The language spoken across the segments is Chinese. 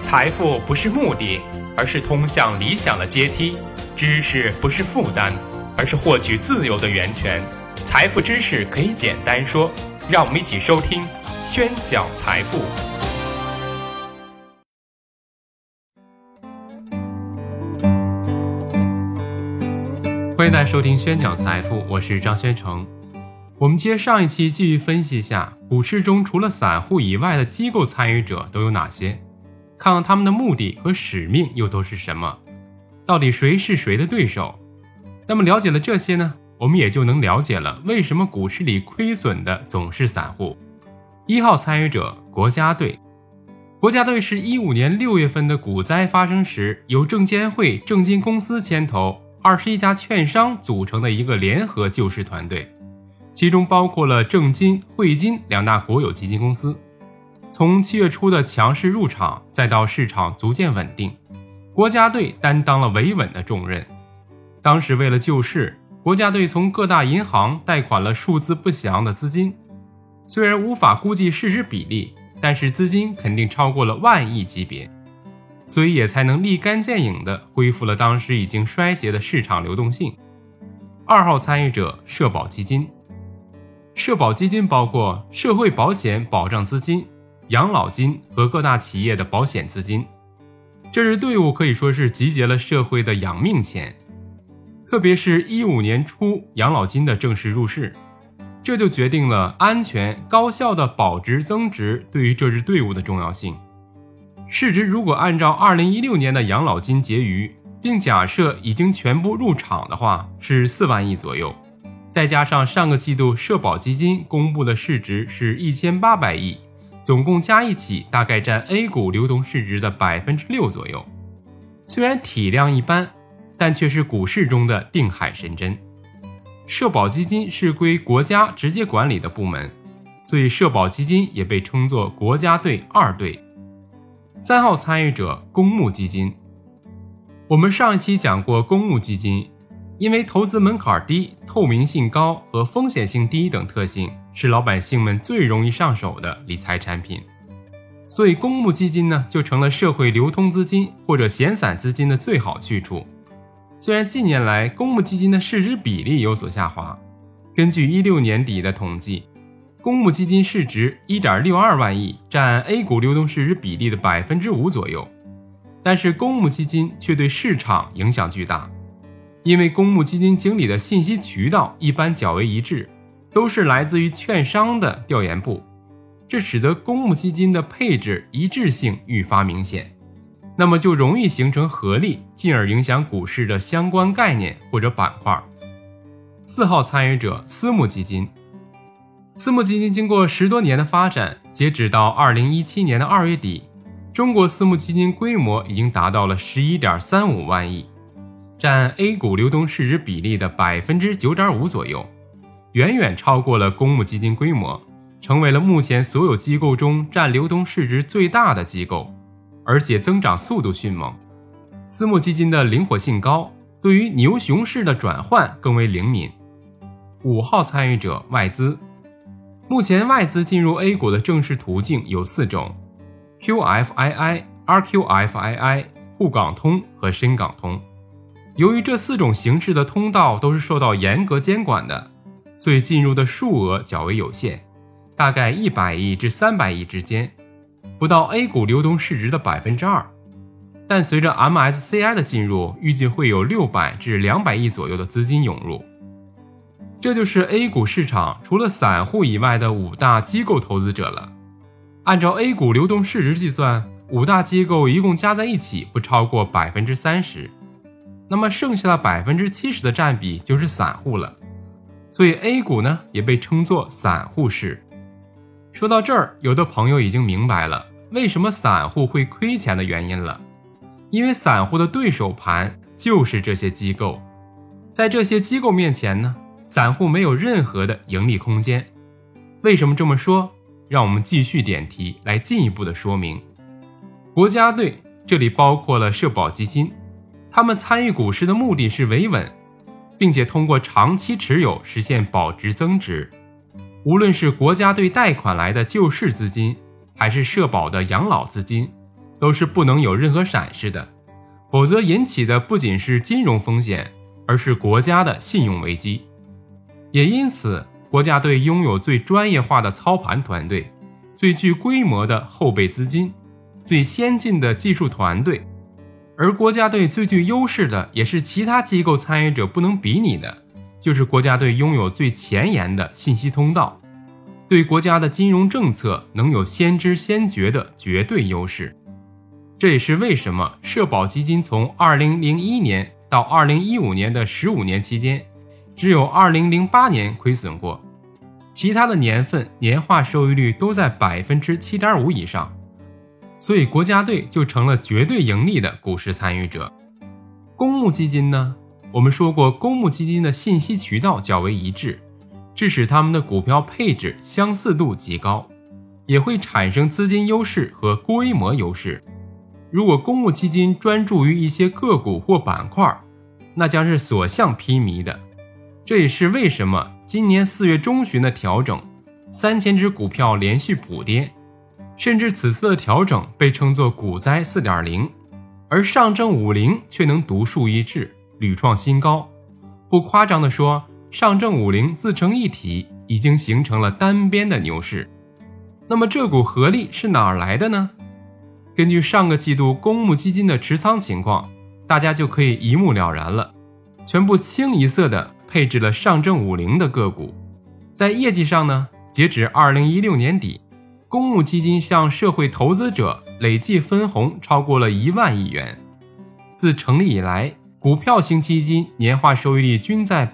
财富不是目的，而是通向理想的阶梯；知识不是负担，而是获取自由的源泉。财富知识可以简单说，让我们一起收听宣讲财富。欢迎大家收听宣讲财富，我是张宣成。我们接上一期继续分析一下股市中除了散户以外的机构参与者都有哪些，看看他们的目的和使命又都是什么，到底谁是谁的对手。那么了解了这些呢，我们也就能了解了为什么股市里亏损的总是散户。1号参与者国家队。国家队是15年6月份的股灾发生时，由证监会、证金公司牵头21家券商组成的一个联合救市团队，其中包括了证金、汇金两大国有基金公司。从7月初的强势入场，再到市场逐渐稳定，国家队担当了维稳的重任。当时为了救市，国家队从各大银行贷款了数字不详的资金，虽然无法估计市值比例，但是资金肯定超过了万亿级别，所以也才能立竿见影地恢复了当时已经衰竭的市场流动性。2号参与者社保基金。社保基金包括社会保险保障资金、养老金和各大企业的保险资金。这支队伍可以说是集结了社会的养命钱，特别是15年初养老金的正式入市，这就决定了安全高效的保值增值对于这支队伍的重要性。市值如果按照2016年的养老金结余，并假设已经全部入场的话，是4万亿左右，再加上上个季度社保基金公布的市值是1800亿，总共加一起大概占 A 股流动市值的 6% 左右。虽然体量一般，但却是股市中的定海神针。社保基金是归国家直接管理的部门，所以社保基金也被称作国家队2队。3号参与者公募基金。我们上一期讲过公募基金，因为投资门槛低、透明性高和风险性低等特性，是老百姓们最容易上手的理财产品，所以公募基金呢，就成了社会流通资金或者闲散资金的最好去处。虽然近年来公募基金的市值比例有所下滑，根据16年底的统计，公募基金市值 1.62 万亿，占 A 股流动市值比例的 5% 左右，但是公募基金却对市场影响巨大，因为公募基金经理的信息渠道一般较为一致，都是来自于券商的调研部，这使得公募基金的配置一致性愈发明显，那么就容易形成合力，进而影响股市的相关概念或者板块。4号参与者私募基金。私募基金经过10多年的发展，截止到2017年的2月底，中国私募基金规模已经达到了 11.35 万亿，占 A 股流动市值比例的 9.5% 左右，远远超过了公募基金规模，成为了目前所有机构中占流动市值最大的机构，而且增长速度迅猛。私募基金的灵活性高，对于牛熊市的转换更为灵敏。5号参与者外资。目前外资进入 A 股的正式途径有4种， QFII、RQFII、沪港通和深港通。由于这4种形式的通道都是受到严格监管的，所以进入的数额较为有限，大概100亿至300亿之间，不到 A 股流动市值的 2%。 但随着 MSCI 的进入，预计会有600至200亿左右的资金涌入。这就是 A 股市场除了散户以外的5大机构投资者了。按照 A 股流动市值计算，5大机构一共加在一起不超过 30%， 那么剩下的 70% 的占比就是散户了，所以 A 股呢也被称作散户市。说到这儿，有的朋友已经明白了为什么散户会亏钱的原因了，因为散户的对手盘就是这些机构，在这些机构面前呢，散户没有任何的盈利空间。为什么这么说？让我们继续点题来进一步的说明。国家队这里包括了社保基金，他们参与股市的目的是维稳，并且通过长期持有实现保值增值。无论是国家队贷款来的救市资金，还是社保的养老资金， 都是不能有任何闪失的，否则引起的不仅是金融风险，而是国家的信用危机。也因此，国家队拥有最专业化的操盘团队，最具规模的后备资金，最先进的技术团队，而国家队最具优势的，也是其他机构参与者不能比拟的，就是国家队拥有最前沿的信息通道，对国家的金融政策能有先知先觉的绝对优势。这也是为什么社保基金从2001年到2015年的15年期间，只有2008年亏损过，其他的年份年化收益率都在 7.5% 以上，所以国家队就成了绝对盈利的股市参与者。公募基金呢，我们说过，公募基金的信息渠道较为一致，致使他们的股票配置相似度极高，也会产生资金优势和规模优势。如果公募基金专注于一些个股或板块，那将是所向披靡的。这也是为什么今年4月中旬的调整，3000只股票连续补跌，甚至此次的调整被称作股灾 4.0， 而上证50却能独树一帜，屡创新高。不夸张地说，上证50自成一体，已经形成了单边的牛市。那么这股合力是哪儿来的呢？根据上个季度公募基金的持仓情况，大家就可以一目了然了，全部清一色的配置了上证50的个股。在业绩上呢，截止2016年底，公募基金向社会投资者累计分红超过了1万亿元。自成立以来，股票型基金年化收益率均在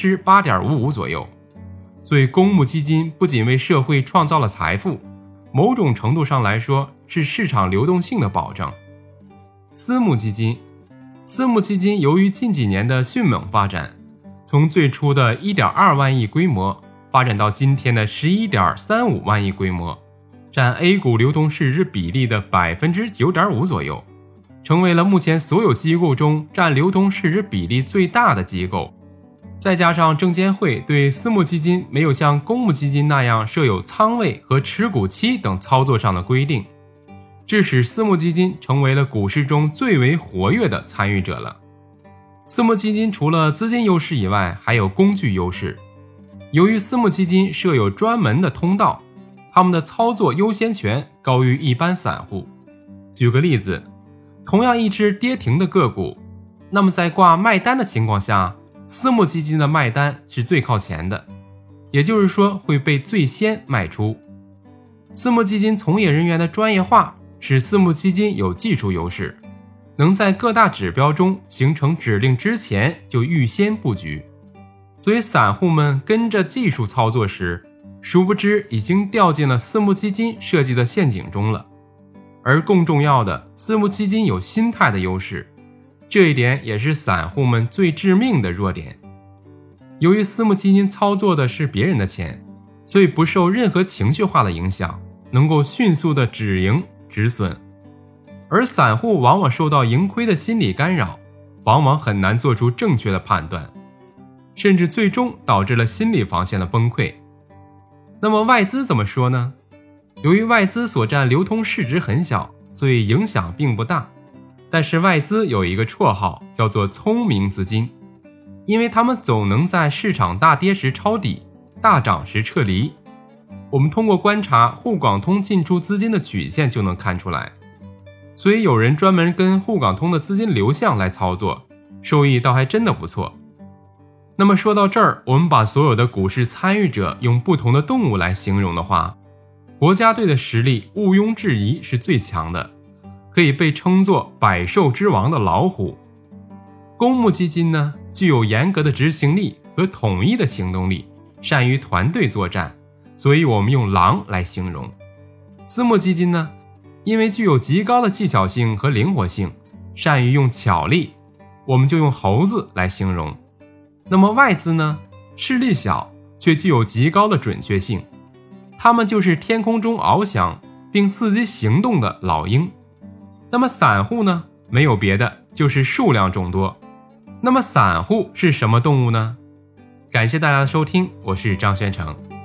8.55% 左右。所以公募基金不仅为社会创造了财富，某种程度上来说是市场流动性的保证。私募基金由于近几年的迅猛发展，从最初的 1.2 万亿规模发展到今天的 11.35 万亿规模，占 A 股流通市值比例的 9.5% 左右，成为了目前所有机构中占流通市值比例最大的机构。再加上证监会对私募基金没有像公募基金那样设有仓位和持股期等操作上的规定，致使私募基金成为了股市中最为活跃的参与者了。私募基金除了资金优势以外，还有工具优势。由于私募基金设有专门的通道，他们的操作优先权高于一般散户。举个例子，同样一只跌停的个股，那么在挂卖单的情况下，私募基金的卖单是最靠前的，也就是说会被最先卖出。私募基金从业人员的专业化使私募基金有技术优势，能在各大指标中形成指令之前就预先布局，所以散户们跟着技术操作时，殊不知已经掉进了私募基金设计的陷阱中了。而更重要的，私募基金有心态的优势，这一点也是散户们最致命的弱点。由于私募基金操作的是别人的钱，所以不受任何情绪化的影响，能够迅速的止盈止损。而散户往往受到盈亏的心理干扰，往往很难做出正确的判断，甚至最终导致了心理防线的崩溃。那么外资怎么说呢？由于外资所占流通市值很小，所以影响并不大。但是外资有一个绰号叫做聪明资金，因为他们总能在市场大跌时抄底，大涨时撤离。我们通过观察沪港通进出资金的曲线就能看出来，所以有人专门跟沪港通的资金流向来操作，收益倒还真的不错。那么说到这儿，我们把所有的股市参与者用不同的动物来形容的话，国家队的实力毋庸置疑是最强的，可以被称作百兽之王的老虎。公募基金呢，具有严格的执行力和统一的行动力，善于团队作战，所以我们用狼来形容。私募基金呢，因为具有极高的技巧性和灵活性，善于用巧力，我们就用猴子来形容。那么外资呢，势力小却具有极高的准确性，他们就是天空中翱翔并伺机行动的老鹰。那么散户呢，没有别的，就是数量众多。那么散户是什么动物呢？感谢大家的收听，我是张宣成。